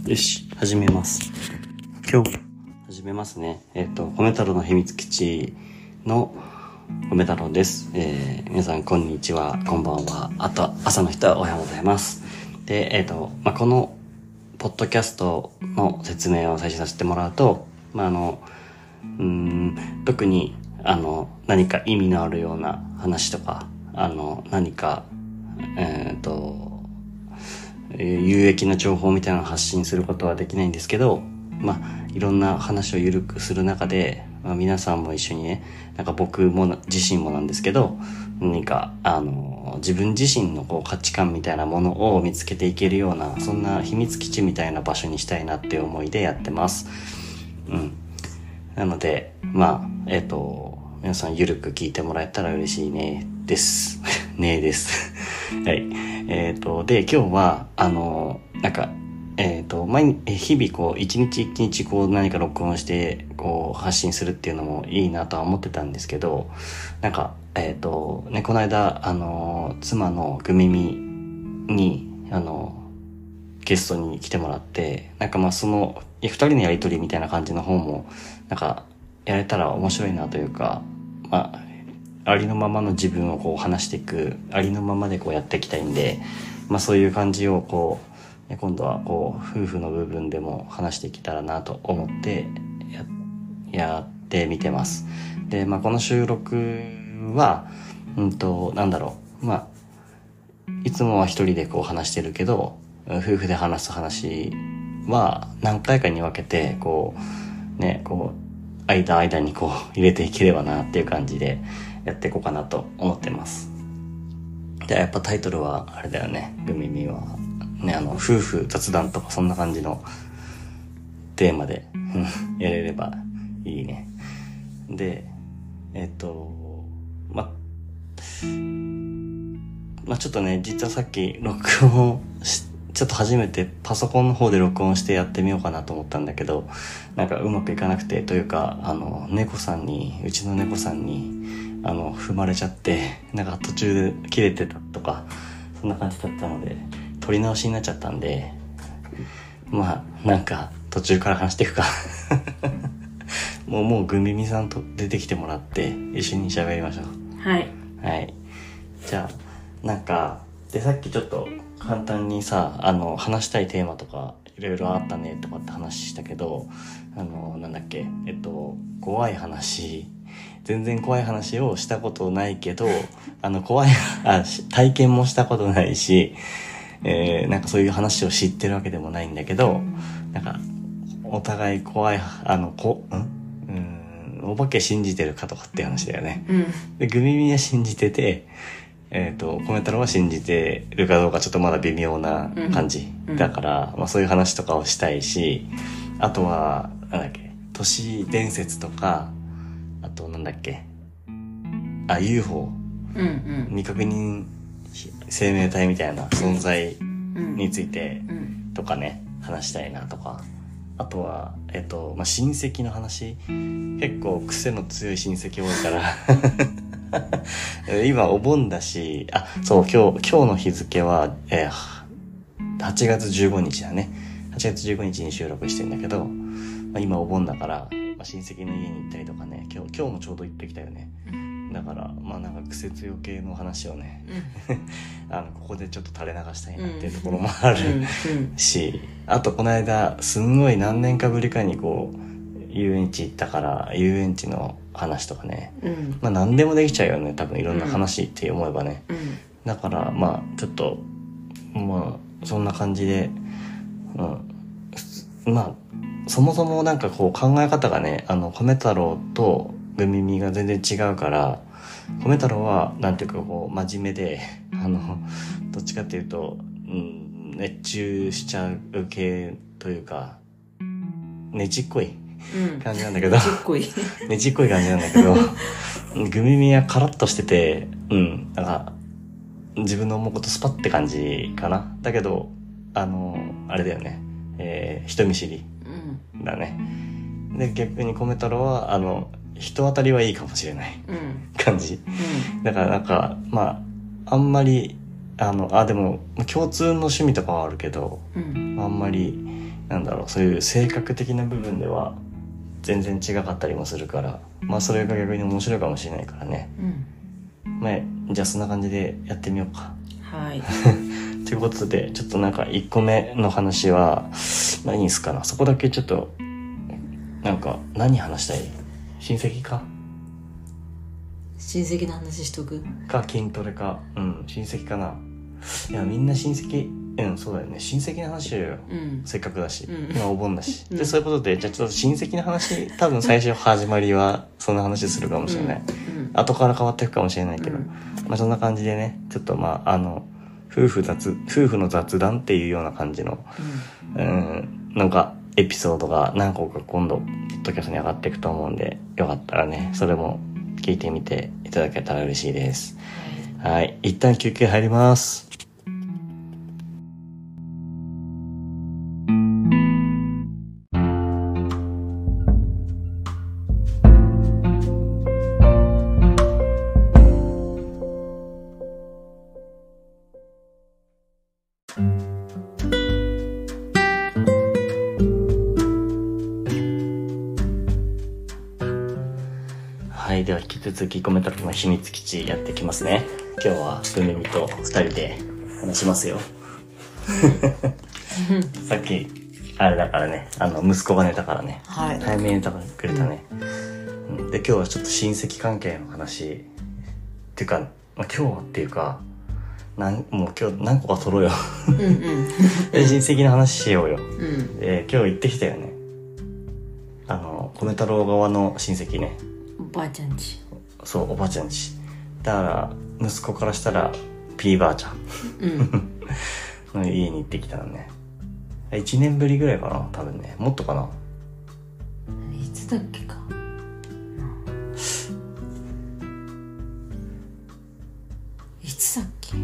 よし、始めます。今日、始めますね。米太郎の秘密基地の米太郎です。皆さん、こんにちは、こんばんは。あと、朝の人はおはようございます。で、この、ポッドキャストの説明を最初させてもらうと、特に、何か意味のあるような話とか、何か、有益な情報みたいなのを発信することはできないんですけど、いろんな話をゆるくする中で、皆さんも一緒にね、なんか僕も自身もなんですけど、何か自分自身の価値観みたいなものを見つけていけるような、そんな秘密基地みたいな場所にしたいなっていう思いでやってます。なので皆さんゆるく聞いてもらえたら嬉しいねですねですはい。で今日は日々一日一日何か録音して発信するっていうのもいいなとは思ってたんですけど、この間妻のグミミにゲストに来てもらって、その二人のやりとりみたいな感じの方もやれたら面白いなというか、ありのままの自分を話していく、ありのままでやっていきたいんで、そういう感じを今度は夫婦の部分でも話していけたらなと思ってやってみてます。で、この収録は、いつもは一人で話してるけど、夫婦で話す話は何回かに分けて、間に入れていければなっていう感じでやっていこうかなと思ってます。で、やっぱタイトルはあれだよね。グミミはね、夫婦雑談とかそんな感じのテーマでやれればいいね。で、ちょっとね、実はさっきちょっと初めてパソコンの方で録音してやってみようかなと思ったんだけど、うまくいかなくて、というかうちの猫さんに踏まれちゃって、途中で切れてたとかそんな感じだったので、撮り直しになっちゃったんで、途中から話していくかもうグミミさんと出てきてもらって一緒に喋りましょう。 はい。 じゃあでさっきちょっと簡単にさ話したいテーマとかいろいろあったねとかって話したけど、怖い話、全然怖い話をしたことないけど、体験もしたことないし、そういう話を知ってるわけでもないんだけど、お互い怖いお化け信じてるかとかって話だよね。で、グミミは信じてて、米太郎は信じてるかどうかちょっとまだ微妙な感じ、だから、そういう話とかをしたいし、あとは都市伝説とか、あとUFO、未確認生命体みたいな存在についてとかね、話したいなとか、あとは親戚の話、結構癖の強い親戚多いから今お盆だし、今日の日付は、8月15日だね。8月15日に収録してんだけど、今お盆だから、親戚の家に行ったりとかね、今日もちょうど行ってきたよね。だから癖強系の話をね、ここでちょっと垂れ流したいなっていうところもあるし、あとこの間すんごい何年かぶりかに遊園地行ったから、遊園地の話とかね、何でもできちゃうよね、多分いろんな話って思えばね、だからちょっとそんな感じで、そもそも考え方がね、米太郎とグミミが全然違うから、米太郎は真面目でどっちかっていうと、熱中しちゃう系というか、ねちっこい感じなんだけど、ねちっこい感じなんだけどグミミはカラッとしてて、自分の思うことスパって感じかな。だけどあれだよね、人見知りだね。で、逆に米太郎は人当たりはいいかもしれない感じ、だからあんまりでも共通の趣味とかはあるけど、あんまりなんだろう、そういう性格的な部分では全然違かったりもするから、まあそれが逆に面白いかもしれないからね。まあじゃあそんな感じでやってみようか。 はい。 ということで、ちょっとなんか1個目の話は何にすかな。そこだけちょっとなんか何話したい？親戚か？ 親戚の話しとく？ か筋トレか。親戚かな。いやみんな親戚、そうだよね、親戚の話しようよ、せっかくだし、今お盆だし、でそういうことで、じゃあちょっと親戚の話、多分最初始まりはそんな話するかもしれない、後から変わっていくかもしれないけど、まあそんな感じでね、ちょっとまあ夫婦の雑談っていうような感じの、なんかエピソードが何個か今度ポッドキャストに上がっていくと思うんで、よかったらねそれも聞いてみていただけたら嬉しいです。はい、一旦休憩入ります。はい、では引き続きコメント欄の秘密基地やっていきますね。今日はふみみと2人で話しますよ。さっきあれだからね、息子が寝たからね、 はい、 早めに寝てくれたね、で今日はちょっと親戚関係の話っていうか、今日はっていうかもう今日何個か取ろうよ。で親戚の話しようよ、で今日行ってきたよね、米太郎側の親戚ね、 おばあちゃんち。 そう、おばあちゃんちだから息子からしたらピーばあちゃん、の家に行ってきたのね。1年ぶりぐらいかな多分ね、もっとかな。 いつだっけか。いつだっけ。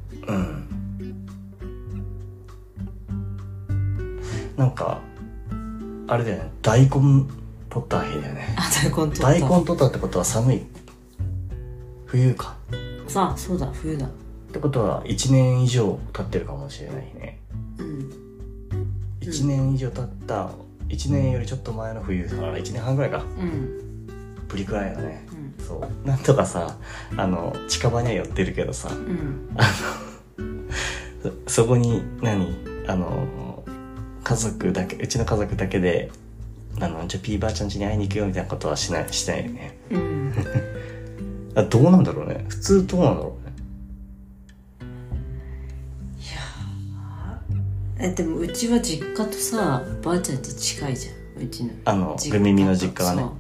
なんかあれだよね、大根取った日だよね。 大根取った。 大根取ったってことは寒い冬か。 さあ、そうだ、冬だ。 ってことは1年以上経ってるかもしれないね。1年以上経った、1年よりちょっと前の冬だから1年半ぐらいか。ぶりくらいだね。そうなんとかさ、近場には寄ってるけどさ、そこに家族だけ、うちの家族だけでじゃあピーばあちゃん家に会いに行くよみたいなことはしないよね。どうなんだろうね、普通どうなんだろうね。 いやでもうちは実家とさ、ばあちゃん家近いじゃん。うちのグミミの実家はね、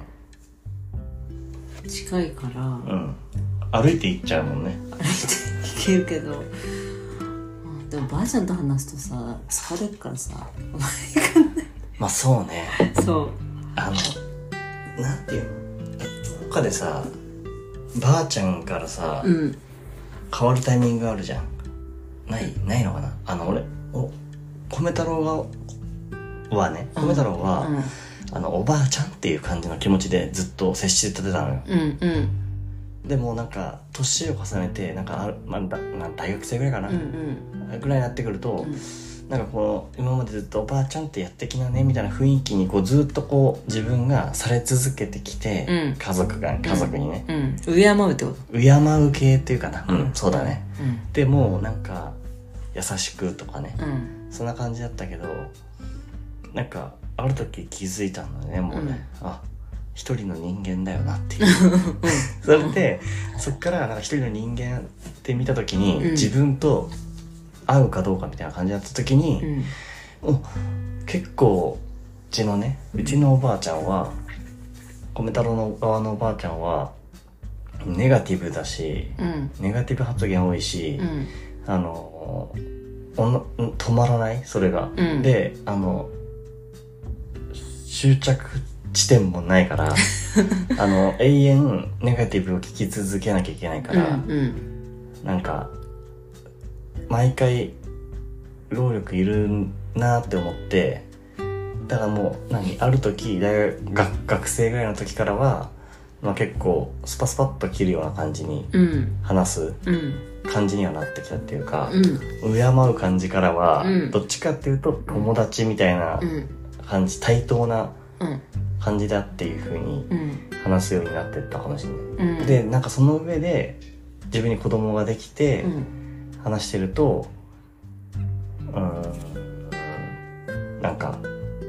近いから、 歩いて行っちゃうもんね。 歩いて行けるけど、でもばあちゃんと話すとさ疲れるからさ、 まあそうね。 そうなんていうの、他でさばあちゃんからさ、変わるタイミングがあるじゃん。ないのかな。米太郎はね、米太郎は、おばあちゃんっていう感じの気持ちでずっと接してたのよ。でもなんか年を重ねて、なんか大学生ぐらいかな、ぐらいになってくると、なんかこう今までずっとおばあちゃんってやってきなねみたいな雰囲気にこうずっとこう自分がされ続けてきて、家族にね、 敬うってこと。 敬う系っていうかな、そうだね、でもなんか優しくとかね、そんな感じだったけど、なんかある時気づいたんだね、もうね、一人の人間だよなっていうそれでそっからなんか一人の人間って見た時に、自分と合うかどうかみたいな感じになった時に、結構うちのおばあちゃんは、米太郎の側のおばあちゃんはネガティブだし、ネガティブ発言多いし、止まらない、それが、で終着地点もないから永遠ネガティブを聞き続けなきゃいけないから、なんか毎回労力いるなって思って、だからもうある時学生ぐらいの時からは、結構スパスパッと切るような感じに話す、 感じにはなってきたっていうか、 うん敬う感じからは、 うんどっちかっていうと友達みたいなうん感じ、対等なうん感じだっていう風にうん話すようになってったかもしれない、 うんでなんかその上で自分に子供ができてうん話してるとなんか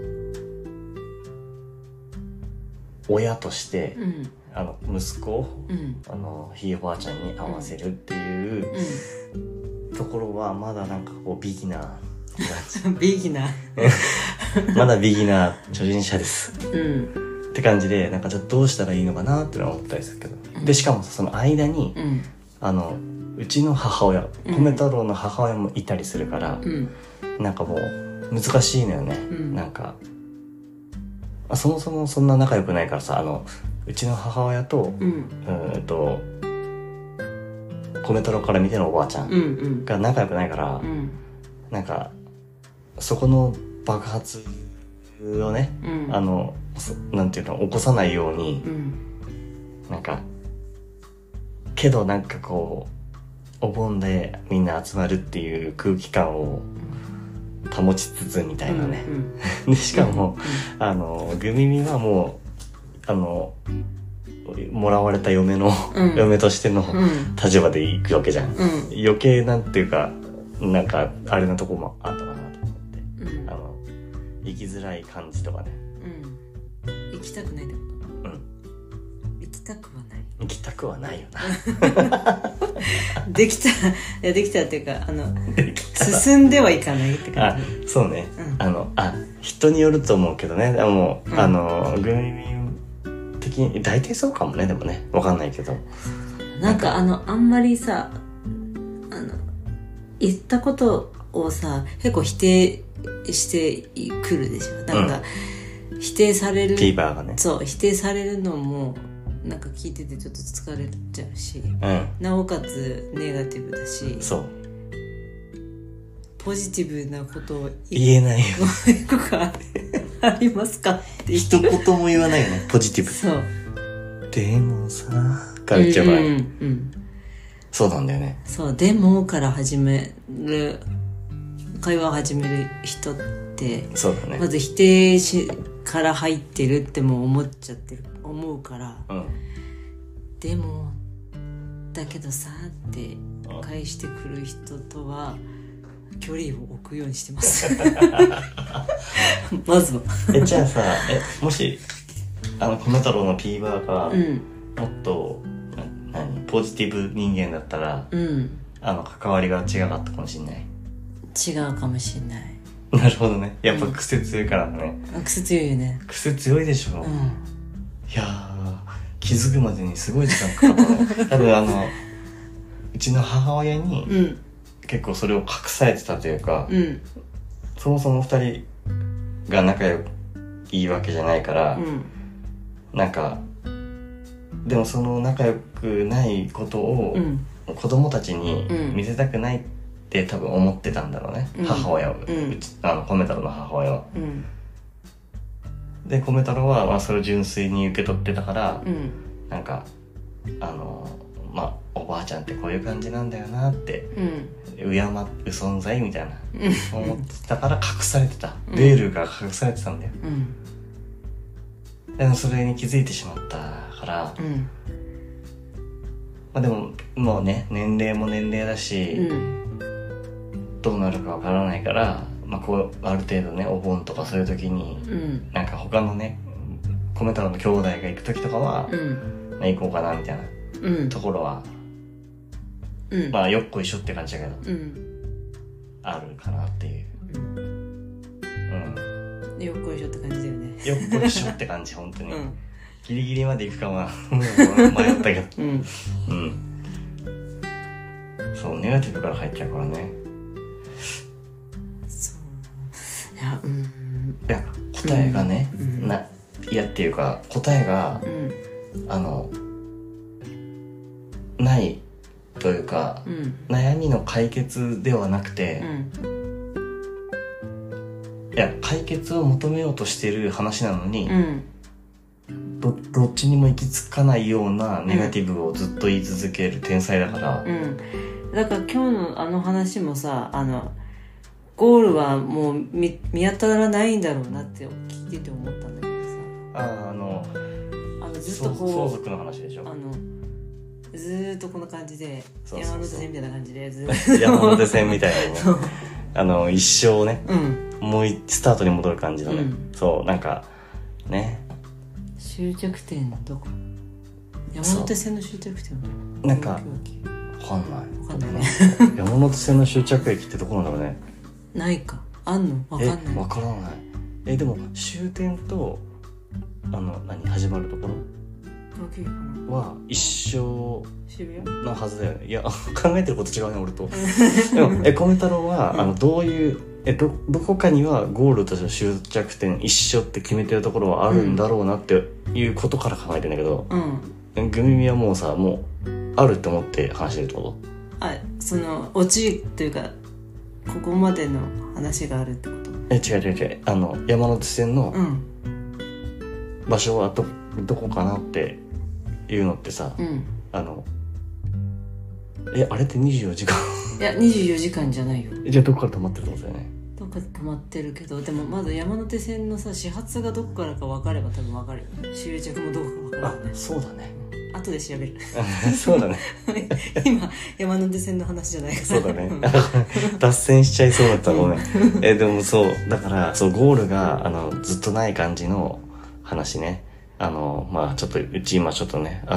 親としてうん息子をうんひいおばあちゃんに会わせるっていうところはまだなんかこうビギナービギナーまだビギナー初心者ですうんって感じで、なんかじゃあどうしたらいいのかなってのは思ったりするけど、でしかもその間にうんうちの母親、 うん米太郎の母親もいたりするから、 うんなんかもう難しいのよね、 うんなんかそもそもそんな仲良くないからさ、うちの母親とうん米太郎から見てのおばあちゃうんんが仲良くないから、 うんなんかそこの爆発をね、 うんなんていうの起こさないように、 うんなんかけどなんかこうお盆でみんな集まるっていう空気感を保ちつつみたいなね、でしかも、グミミはもうもらわれた嫁の、嫁としての立場で行くわけじゃん、余計なんていうかなんかあれなとこもあったかなと思って、行きづらい感じとかね、 行きたくないってこと？行きたくはない。 行きたくはないよなできたっていうか進んではいかないって感じ。 そうね、人によると思うけどね、でも、グミミ的に大体そうかもね、でもねわかんないけど、 なんかあんまりさ言ったことをさ結構否定してくるでしょ。なんか、否定されるフィーバーがね、 そう否定されるのもなんか聞いててちょっと疲れちゃうし、なおかつネガティブだし、 そうポジティブなことを言えないよありますかって一言も言わないよね、ポジティブ。 そうでもさから言っちゃうから、そうなんだよね。 そうでもから始める会話を始める人ってそうだね、 まず否定から入ってるってもう思うから、でもだけどさって返してくる人とは距離を置くようにしてますまずはじゃあさもし米太郎の P バーがもっと、ポジティブ人間だったら、関わりが違かったかもしれない。 違うかもしれない。 なるほどね。やっぱ癖強いからね、 癖強いよね。 癖強いでしょ、いや気づくまでにすごい時間かかったね多分うちの母親に結構それを隠されてたというか、そもそも2人が仲良いいわけじゃないから、なんかでもその仲良くないことを子供たちに見せたくないって多分思ってたんだろうね、母親は、米太郎の母親は、で米太郎はそれを純粋に受け取ってたから、なんかおばあちゃんってこういう感じなんだよなって、敬う存在みたいな思ってたから隠されてた、ベールが隠されてたんだよ、でもそれに気づいてしまったから、でももうね年齢も年齢だし、どうなるかわからないから、こうある程度ねお盆とかそういう時に、なんか他のね米太郎の兄弟が行く時とかは、行こうかなみたいなところは、よっこいしょって感じだけど、あるかなっていう、 よっこいしょって感じだよね。 よっこいしょって感じ本当に、ギリギリまで行くかは迷ったけど、そうネガティブから入っちゃうからね。 そういや答えがね、いやっていうか答えが、ないというか、悩みの解決ではなくて、いや解決を求めようとしてる話なのに、どっちにも行き着かないようなネガティブをずっと言い続ける天才だから、 だから今日のあの話もさ、ゴールはもう 見当たらないんだろうなって聞いてて思ったんだけどさ、ずっとこう相続の話でしょ。 ずーっとこんな感じで、山手線みたいな感じでずっと山手線みたいなね一生ね、もうスタートに戻る感じのね、そうなんかね、 終着点どこ？山手線の終着点なんかわかんないね山手線の終着駅ってどこなんだろうね。 ないか、あんの？わかんない。 わからない。でも終点と始まるところは一緒のはずだよね。いや考えてること違うね俺とでも米太郎は、どういうどこかにはゴールと終着点一緒って決めてるところはあるんだろうなっていうことから考えてんだけど、グミミはもうさ、もうあるって思って話してるってこと？ そのオチというかここまでの話があるってこと？ 違う山手線の場所はどこかなっていうのってさ、あれって24時間いや24時間じゃないよ。 じゃあどこから止まってるってことだよね。 どっかで止まってるけど、でもまず山手線のさ始発がどこからか分かれば多分分かるよね。終着もどこか分かるよね。 そうだね。 後で調べるそうだね今山手線の話じゃないから。 そうだね脱線しちゃいそうだったごめんでもそうだからゴールがずっとない感じの話ね。ちょっとうち今ちょっとね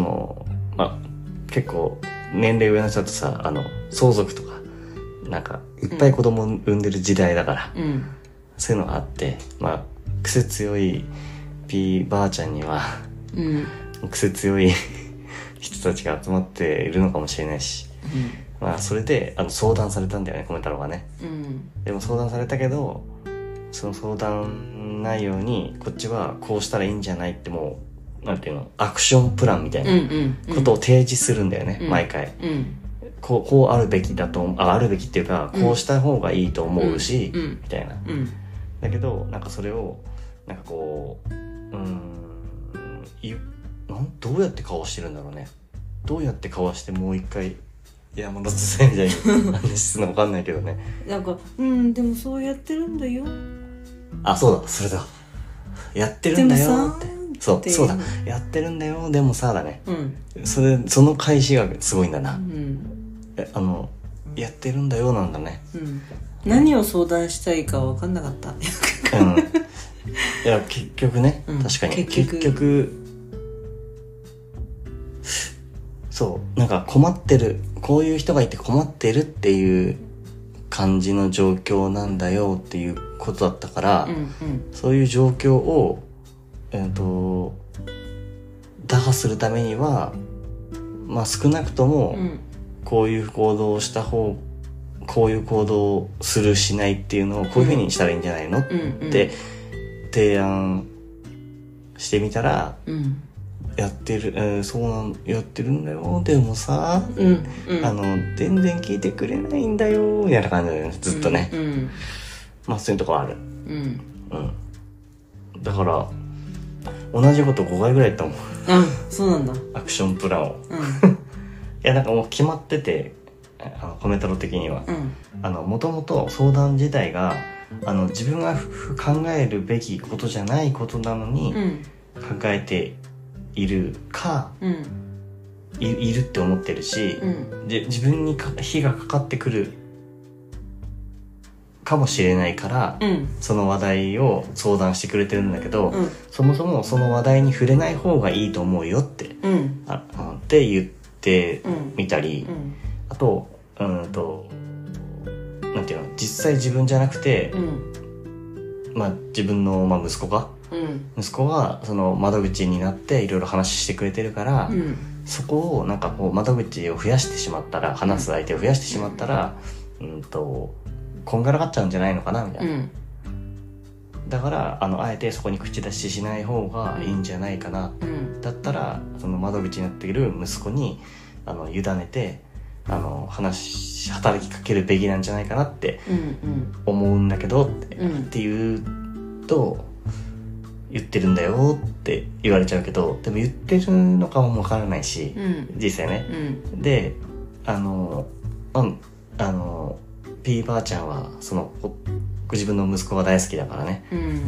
結構年齢上の人だとさ相続とかなんかいっぱい子供産んでる時代だから、そういうのがあって癖強いピーばあちゃんには、癖強い人たちが集まっているのかもしれないし、それで相談されたんだよね米太郎がね、でも相談されたけどその相談内容にこっちはこうしたらいいんじゃないってもうなんていうのアクションプランみたいなことを提示するんだよね、毎回、こうあるべきだとあるべきっていうか、こうした方がいいと思うし、みたいな、だけどなんかそれをなんかこうどうやって顔してるんだろうね。どうやって顔してもう一回山手線みたいに話すの分かんないけどねなんかでもそうやってるんだよ。 そうだそれだやってるんだよってそうだやってるんだよでもさだね、その返しがすごいんだな、やってるんだよなんだね、 何を相談したいか分かんなかったいや結局ね、確かに結局そうなんか困ってるこういう人がいて困ってるっていう感じの状況なんだよっていうことだったから、そういう状況を打破するためには少なくともこういう行動をした方こういう行動をするしないっていうのをこういうふうにしたらいいんじゃないのって提案してみたら、やってるやってるんだよでもさ、全然聞いてくれないんだよみたいな感じだよねずっとね、そういうとこある、だから同じこと5回ぐらい言ったもん。 そうなんだ。 アクションプランを、いやなんかもう決まってて米太郎的には、もともと相談自体が自分が考えるべきことじゃないことなのに、考えているか、いるって思ってるし、自分に火がかかってくるかもしれないから、その話題を相談してくれてるんだけど、そもそもその話題に触れない方がいいと思うよって、って言ってみたり、あとなんていうの実際自分じゃなくて、自分の、息子がその窓口になっていろいろ話してくれてるから、そこをなんかこう窓口を増やしてしまったら話す相手を増やしてしまったら、こんがらがっちゃうんじゃないのかなみたいな、だからあえてそこに口出ししない方がいいんじゃないかな、だったらその窓口になっている息子に委ねて働きかけるべきなんじゃないかなって思うんだけどって言うと言ってるんだよって言われちゃうけど、でも言ってるのかもわからないし、実際ね、で P ばあちゃんはその自分の息子が大好きだからね、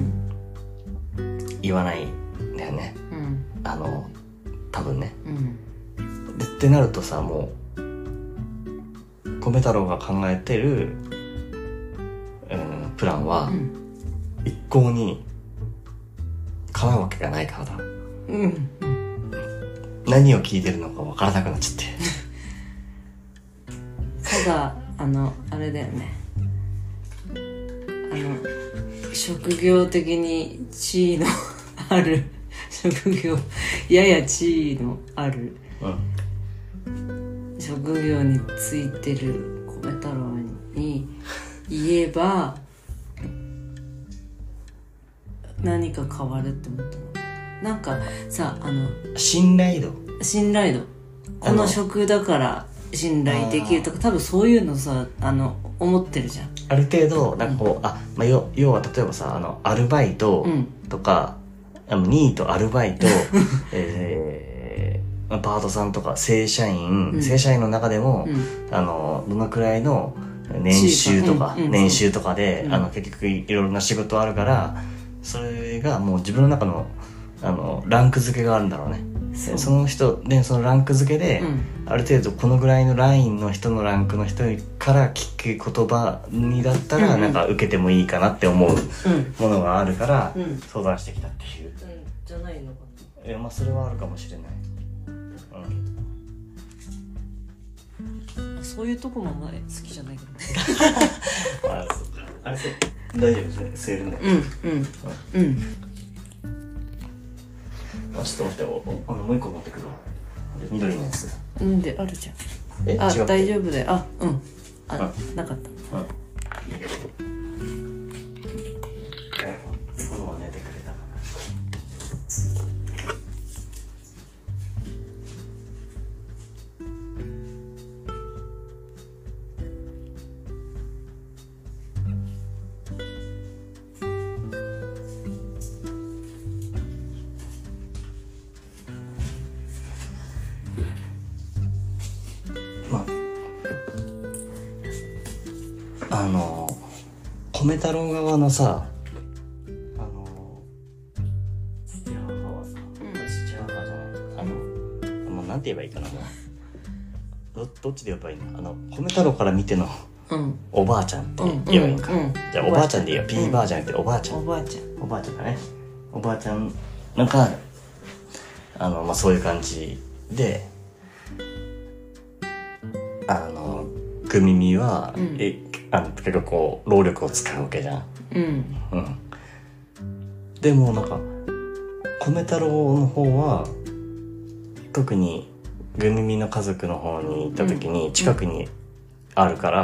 言わないんだよね、多分ね、でってなるとさ、もう米太郎が考えてる、プランは、一向に叶うわけがないからだ、何を聞いてるのか分からなくなっちゃってただあれだよね、職業的に地位のある職業、やや地位のある、職業についてる米太郎に言えば何か変わるって思ったの。なんかさ、 信頼度この職だから信頼できるとか、多分そういうのさ思ってるじゃん。 ある程度なんかこう、要は例えばさアルバイトとか、ニートアルバイトパートさんとか正社員の中でも、どのくらいの年収とか、で、結局いろいろな仕事あるから、それがもう自分の中のランク付けがあるんだろうね。その人でそのランク付けで、ある程度このぐらいのラインの人のランクの人から聞く言葉にだったら、なんか受けてもいいかなって思うものがあるから、相談してきたっていう、 じゃないのかな。それはあるかもしれない。 そういうとこもあんまり好きじゃないけどねあれ大丈夫ですね、吸えるね。ちょっと待って、もう一個持ってくるわ。緑のやつであるじゃん。大丈夫だよ。なかった。 もう寝てくれたかな。米太郎側のさ、父母はさ、父母じゃない、もうなんて言えばいいかな、もうどっちで言えばいいの、米太郎から見ての、おばあちゃんって言えばいいのか、じゃあおばあちゃんでいいよ、P ばあちゃんじゃなくておばあちゃんだね。おばあちゃんなんかそういう感じで、グミミは、結構こう労力を使うわけじゃん。でもなんか米太郎の方は特にグミミの家族の方に行った時に近くにあるから、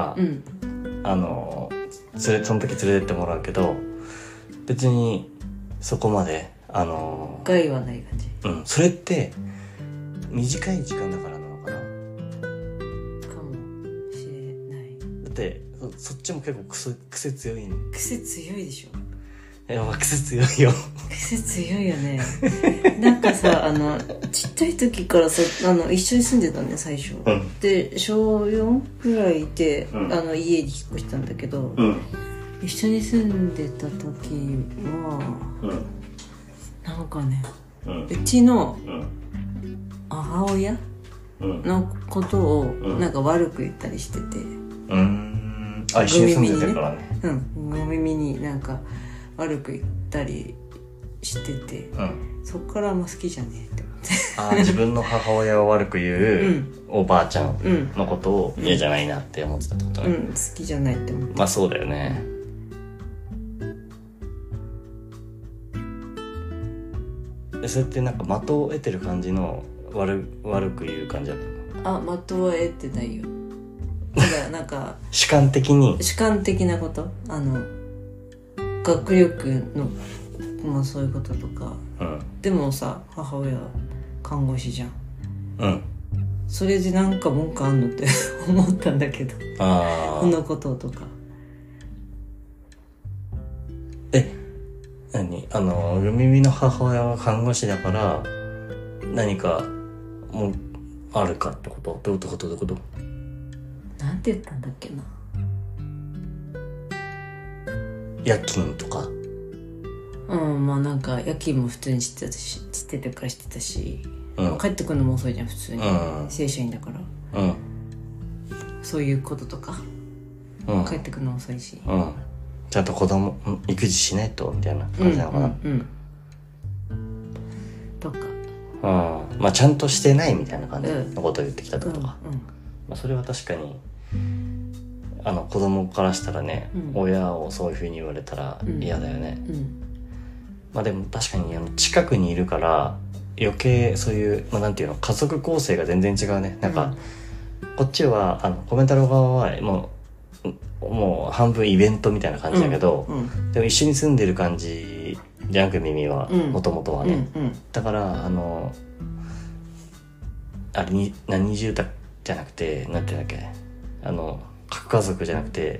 その時連れてってもらうけど、別にそこまで害はない感じ。 それって短い時間だからなのかな。 かもしれない。 だってそっちも結構癖強いね。 癖強いでしょ。 癖強いよ。 癖強いよね。なんかさ、ちっちゃい時からさ、一緒に住んでたね、最初。で、小4ぐらいで、家に引っ越したんだけど、一緒に住んでた時は、なんかね、うちの母親のことをなんか悪く言ったりしてて、 一緒に住んでたからね。 ご耳になんか悪く言ったりしてて、そっからあんま好きじゃねえって思って。 自分の母親を悪く言うおばあちゃんのことを嫌じゃないなって思ってたってことね。 好きじゃないって思って。 まあそうだよね。それってなんか的を得てる感じの悪く言う感じだったの？ 的は得てないよ。だからなんか主観的なこと、学力のそういうこととか、でもさ、母親は看護師じゃん。それでなんか文句あんのって思ったんだけど、このこととか。 耳の母親は看護師だから何かもうあるかってこと？どういうこと？ なんてたんだっけな。 夜勤とか。 まあなんか夜勤も普通にしてたし、しててからしてたし、帰ってくるのも遅いじゃん普通に、正社員だから、そういうこととか、帰ってくるの遅いし、 ちゃんと子供育児しないとみたいな感じなのかな、 とか、 まあちゃんとしてないみたいな感じのことを言ってきたってことか、まあ、それは確かに子供からしたらね、親をそういう風に言われたら嫌だよね、まあでも確かに近くにいるから余計そういう、まあ、なんていうの、家族構成が全然違うね。なんか、こっちはコメンタロ側はもう半分イベントみたいな感じだけど、でも一緒に住んでる感じじゃなく、耳はもともとはね、だからあれに何住宅じゃなくて、なんていうんだっけ、核家族じゃなくて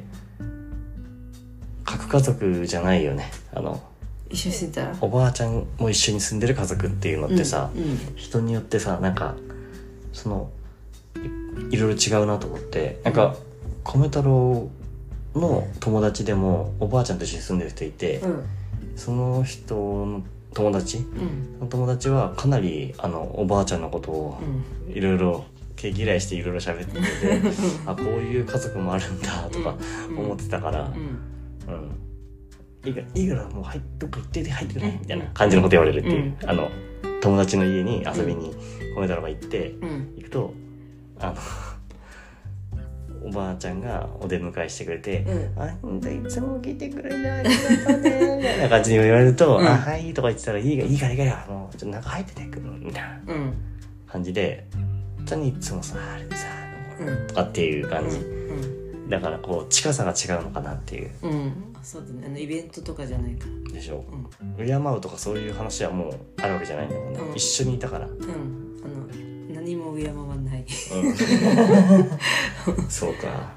核家族じゃないよね。 一緒に住んだらおばあちゃんも一緒に住んでる家族っていうのってさ、人によってさ、なんかいろいろ違うなと思って、なんか米太郎の友達でもおばあちゃんと一緒に住んでる人いて、その人の友達、友達はかなりおばあちゃんのことをいろいろ毛嫌いしていろいろ喋っててあ、こういう家族もあるんだとか思ってたから、いいからもうどっか行って入ってくれみたいな感じのこと言われるっていう、友達の家に遊びに米太郎が行って、行くとおばあちゃんがお出迎えしてくれて、あんたいつも来てくれてありがとうねみたいな感じに言われると、あ、はいとか言ってたら、いいからもうちょっと中入っててくるみたいな感じで、本当にいつもさ、あれでさ、とかっていう感じ、だからこう近さが違うのかなっていう、 そうだね、イベントとかじゃないからでしょ、敬うとかそういう話はもうあるわけじゃないんだもんね、一緒にいたから、 何も敬わない、 そうか、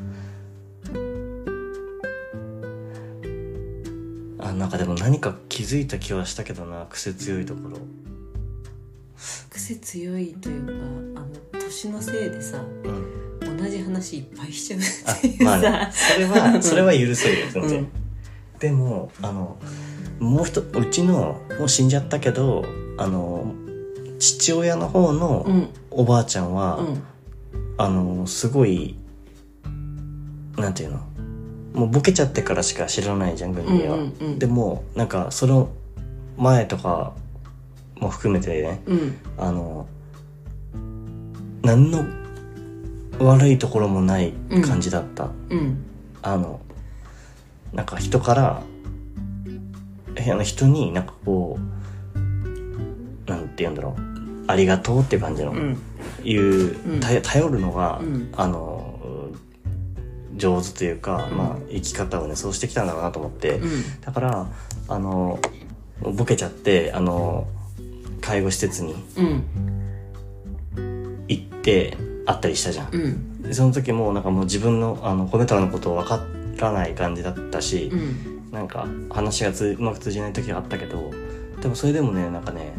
なんかでも何か気づいた気はしたけどな、癖強いところ。 癖強いというか、年のせいでさ、同じ話いっぱいしちゃうっていうさ、 まあね、それは許せるよ全然、でももううちのもう死んじゃったけど父親の方のおばあちゃんは、すごいなんていうの、もうボケちゃってからしか知らないじゃん、グミは、でもなんかその前とかも含めてね、何の悪いところもない感じだった、なんか人から人になんかこうなんて言うんだろう、ありがとうっていう感じの、頼るのが、上手というか、まあ生き方をねそうしてきたんだろうなと思って、だからボケちゃって介護施設に行って会ったりしたじゃん、でその時もなんかもう自分の米太郎のことを分からない感じだったし、なんか話がうまく通じない時があったけど、でもそれでもね、なんかね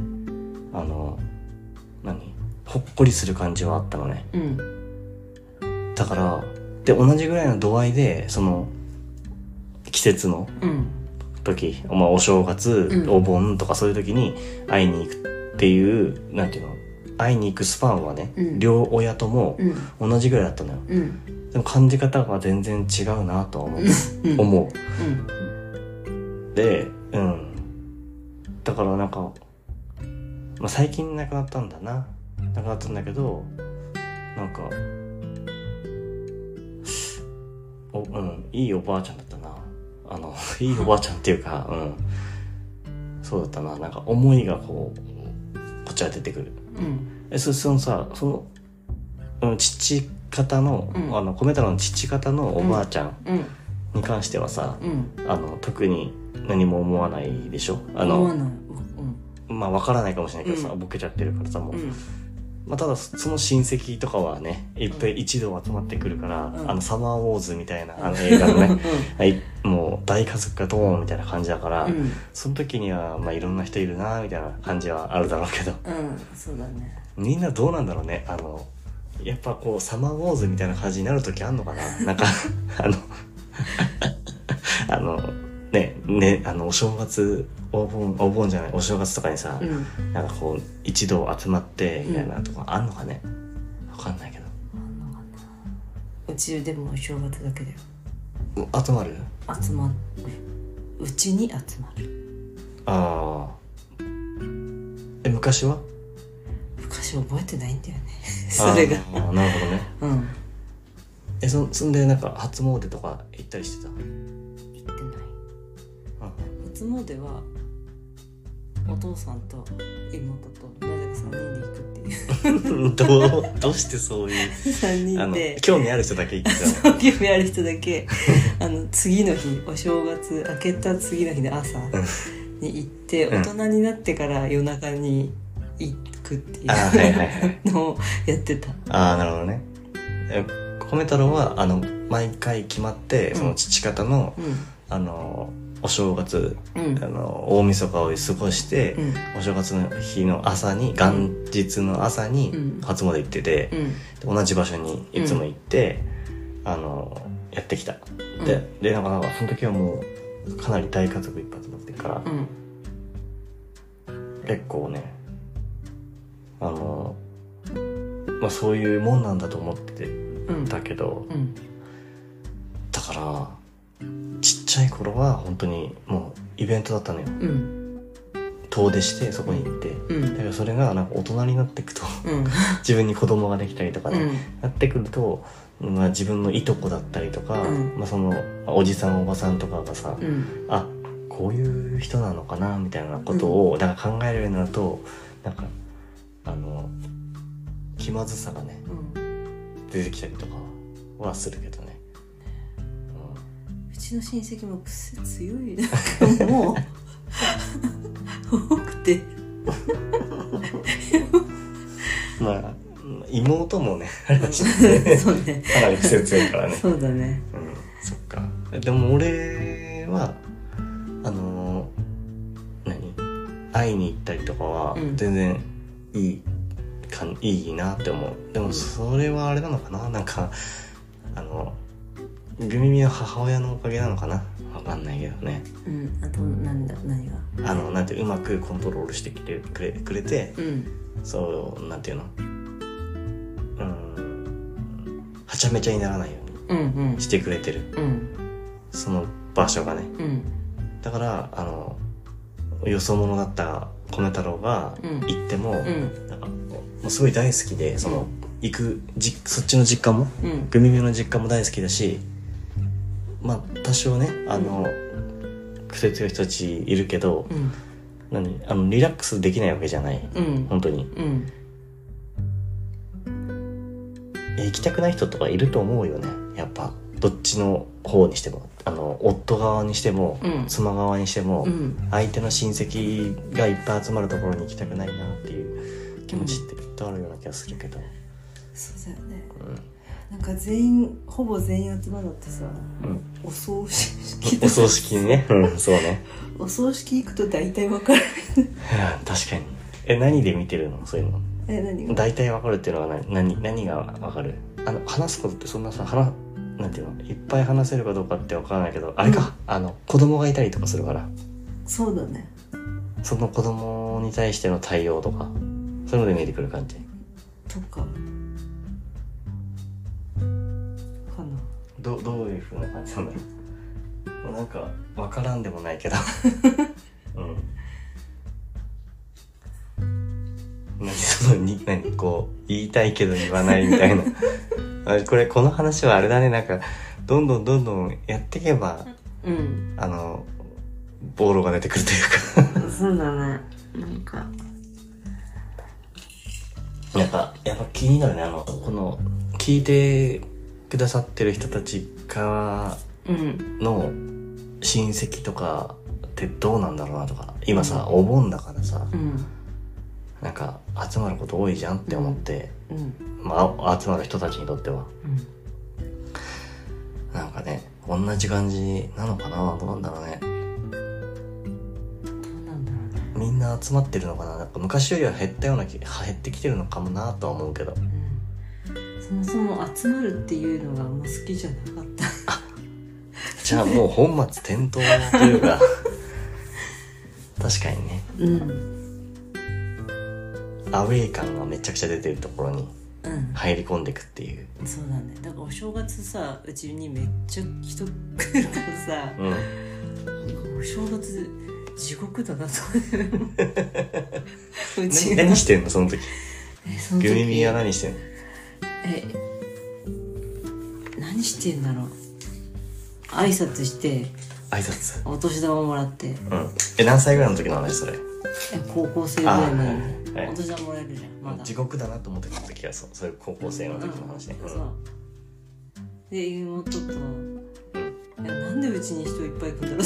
ほっこりする感じはあったのね、だからで同じぐらいの度合いでその季節の時、まあ、お正月、お盆とかそういう時に会いに行くっていうなんていうの、会いに行くスパンはね、両親とも同じぐらいだったのよ、でも感じ方が全然違うなとは思う、で、だからなんか、まあ、最近亡くなったんだけど、なんかいいおばあちゃんだったな、いいおばあちゃんっていうか、そうだったな、なんか思いがこっちは出てくる、そのさ、その父方の、米太郎の父方のおばあちゃんに関してはさ、特に何も思わないでしょ、 思わない、 まあ分からないかもしれないけどさ、ボケちゃってるからさ、もう、まあ、ただその親戚とかはねいっぱい一度集まってくるから、サマーウォーズみたいな映画のねもう大家族がドーンみたいな感じだから、その時にはまあいろんな人いるなみたいな感じはあるだろうけど、 そうだね、 みんなどうなんだろうね、 やっぱこうサマーウォーズみたいな感じになる時あんのかな。なんかお正月お盆じゃないお正月とかにさ、なんかこう一同集まってみたいなとかあんのかね。わかんないけど。 あんのかな。うちでもお正月だけだよ。 集まる？ 集まる。うちに集まる。 ああ。昔は？ 昔覚えてないんだよね。それが。 ああ、なるほどね。 うん。 そんでなんか初詣とか行ったりしてた？ 行ってない。初詣はお父さんと妹となぜか3人で行くっていう。 どうしてそういう 3人で興味ある人だけ行ってたの？ 興味ある人だけ次の日お正月明けた次の日の朝に行って、大人になってから夜中に行くっていうのをやってた。 ああ、なるほどね。米太郎は毎回決まって、その父方の、お正月、大晦日を過ごして、お正月の日の朝に、元日の朝に初詣行ってて、同じ場所にいつも行って、やってきた。でなんかその時はもうかなり大家族一発持ってるから、結構ねそういうもんなんだと思ってたけど、だからちっちゃい頃は本当にもうイベントだったのよ。遠出してそこに行って、だからそれがなんか大人になっていくと、自分に子供ができたりとかね、なってくると、自分のいとこだったりとか、そのおじさんおばさんとかがさ、あ、こういう人なのかなみたいなことをなんか考えるようになると、なんか気まずさがね、出てきたりとかはするけどね。 うちの親戚も癖強い。なんかもう多くてまあ妹もねあれだしね。 そうね。 かなり癖強いからね。 そうだね。 そっか。でも俺は会いに行ったりとかは全然いいなって思う。でもそれはあれなのかな、なんかグミミの母親のおかげなのかな、わかんないけどね。 あと何がなんてうまくコントロールしてきてくれて、そうなんていうの、はちゃめちゃにならないようにしてくれてる、その場所がね、だからよそ者だった米太郎が行っても、なんかもうすごい大好きで、その行くそっちの実家も、グミミの実家も大好きだし、まあ多少ね癖強い人たちいるけど、リラックスできないわけじゃない、本当に、行きたくない人とかいると思うよね、やっぱどっちの方にしても、夫側にしても、妻側にしても、相手の親戚がいっぱい集まるところに行きたくないなっていう気持ちってきっとあるような気がするけど、 そうだよね、なんかほぼ全員集まるのってさ、お葬式お葬式ね、そうね。 お葬式行くと大体わかる。 確かに。何で見てるのそういうの？ 何が大体わかるっていうのは何がわかる？話すことってそんなさ、なんていうの、いっぱい話せるかどうかってわからないけど、あれか、子供がいたりとかするから。そうだね。その子供に対しての対応とか、そういうので見えてくる感じとかかな。どういう風な感じなんだろう。なんかわからんでもないけど何こう言いたいけど言わないみたいなこの話はあれだね、なんかどんどんやっていけば、ボロが出てくるというかそうだね。なんかやっぱ気になるね、この聞いてくださってる人たちからの親戚とかってどうなんだろうなとか、今さ、お盆だからさ、なんか集まること多いじゃんって思って、集まる人たちにとっては、なんかね、同じ感じなのかな、どうなんだろうね。みんな集まってるのかな、なんか昔よりは減ってきてるのかもなとは思うけど、 そもそも集まるっていうのがあんま好きじゃなかったじゃあもう本末転倒というか確かにね、アウェー感がめちゃくちゃ出てるところに入り込んでいくっていう、 そうだね。だからお正月さ、うちにめっちゃ人来るからさ、お正月地獄だなと思ってうち何してんのその時。グミミは何してんの。 何してんだろう。挨拶してお年玉もらって、 何歳ぐらいの時の話それ。 高校生ぐらいのお年玉もらえるじゃん。まだ地獄だなと思ってた時はそういう高校生の時の話ね。 そうで妹と、なんでうちに人いっぱい来るんだろう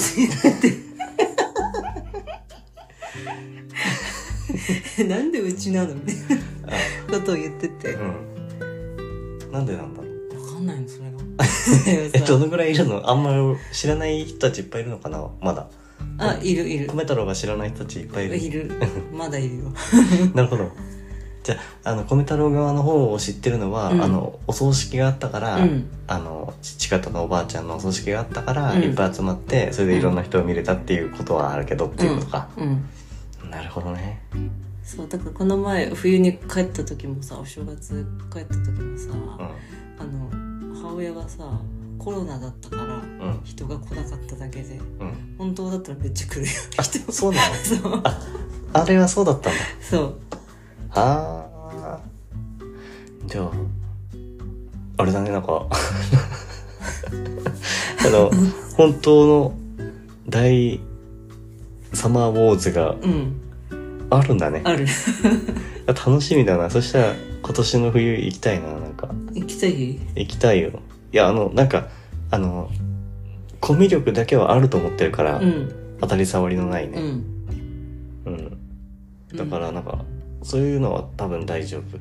ってなんでうちなのみたいなことを言ってて、 なんでなんだろう。 分かんないのそれがどのぐらいいるの。あんまり知らない人たちいっぱいいるのかな。まだいる米太郎が知らない人たちいっぱいいるまだいるよなるほど。じゃあ米太郎側の方を知ってるのは、お葬式があったから、父方のおばあちゃんのお葬式があったから、いっぱい集まってそれでいろんな人を見れたっていうことはあるけどっていうことか、なるほどね。 そうだからこの前冬に帰った時もさ、お正月帰った時もさ、母親がさコロナだったから、人が来なかっただけで、本当だったらめっちゃ来るよ人。 そうなの。 そうあれはそうだったんだ。 そうじゃああれだね、なんか本当の大サマーウォーズがあるんだね、 ある楽しみだな。そしたら今年の冬行きたいな。なんか行きたいよ。いやなんかコミュ力だけはあると思ってるから、当たり障りのないね、だからなんかそういうのは多分大丈夫、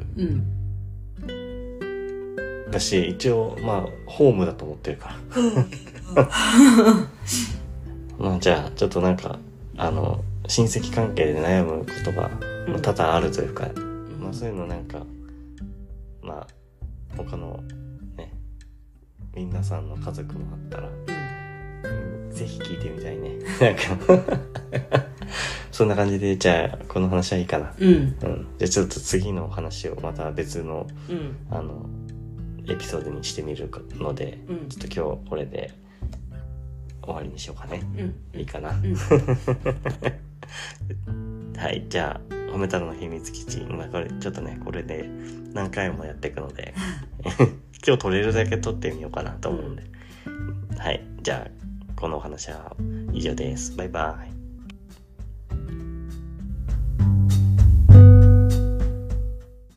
だし一応ホームだと思ってるからじゃあちょっとなんか親戚関係で悩むことが多々あるというか、そういうのなんか他のね皆さんの家族もあったら、ぜひ聞いてみたいねなんかそんな感じで、じゃあこの話はいいかな。じゃあちょっと次の話をまた別の、エピソードにしてみるので、ちょっと今日これで終わりにしようかね。いいかな。はい、じゃあ褒め太郎の秘密基地、これちょっとねこれで何回もやっていくので今日撮れるだけ撮ってみようかなと思うんで、はい、じゃあこのお話は以上です。バイバイ。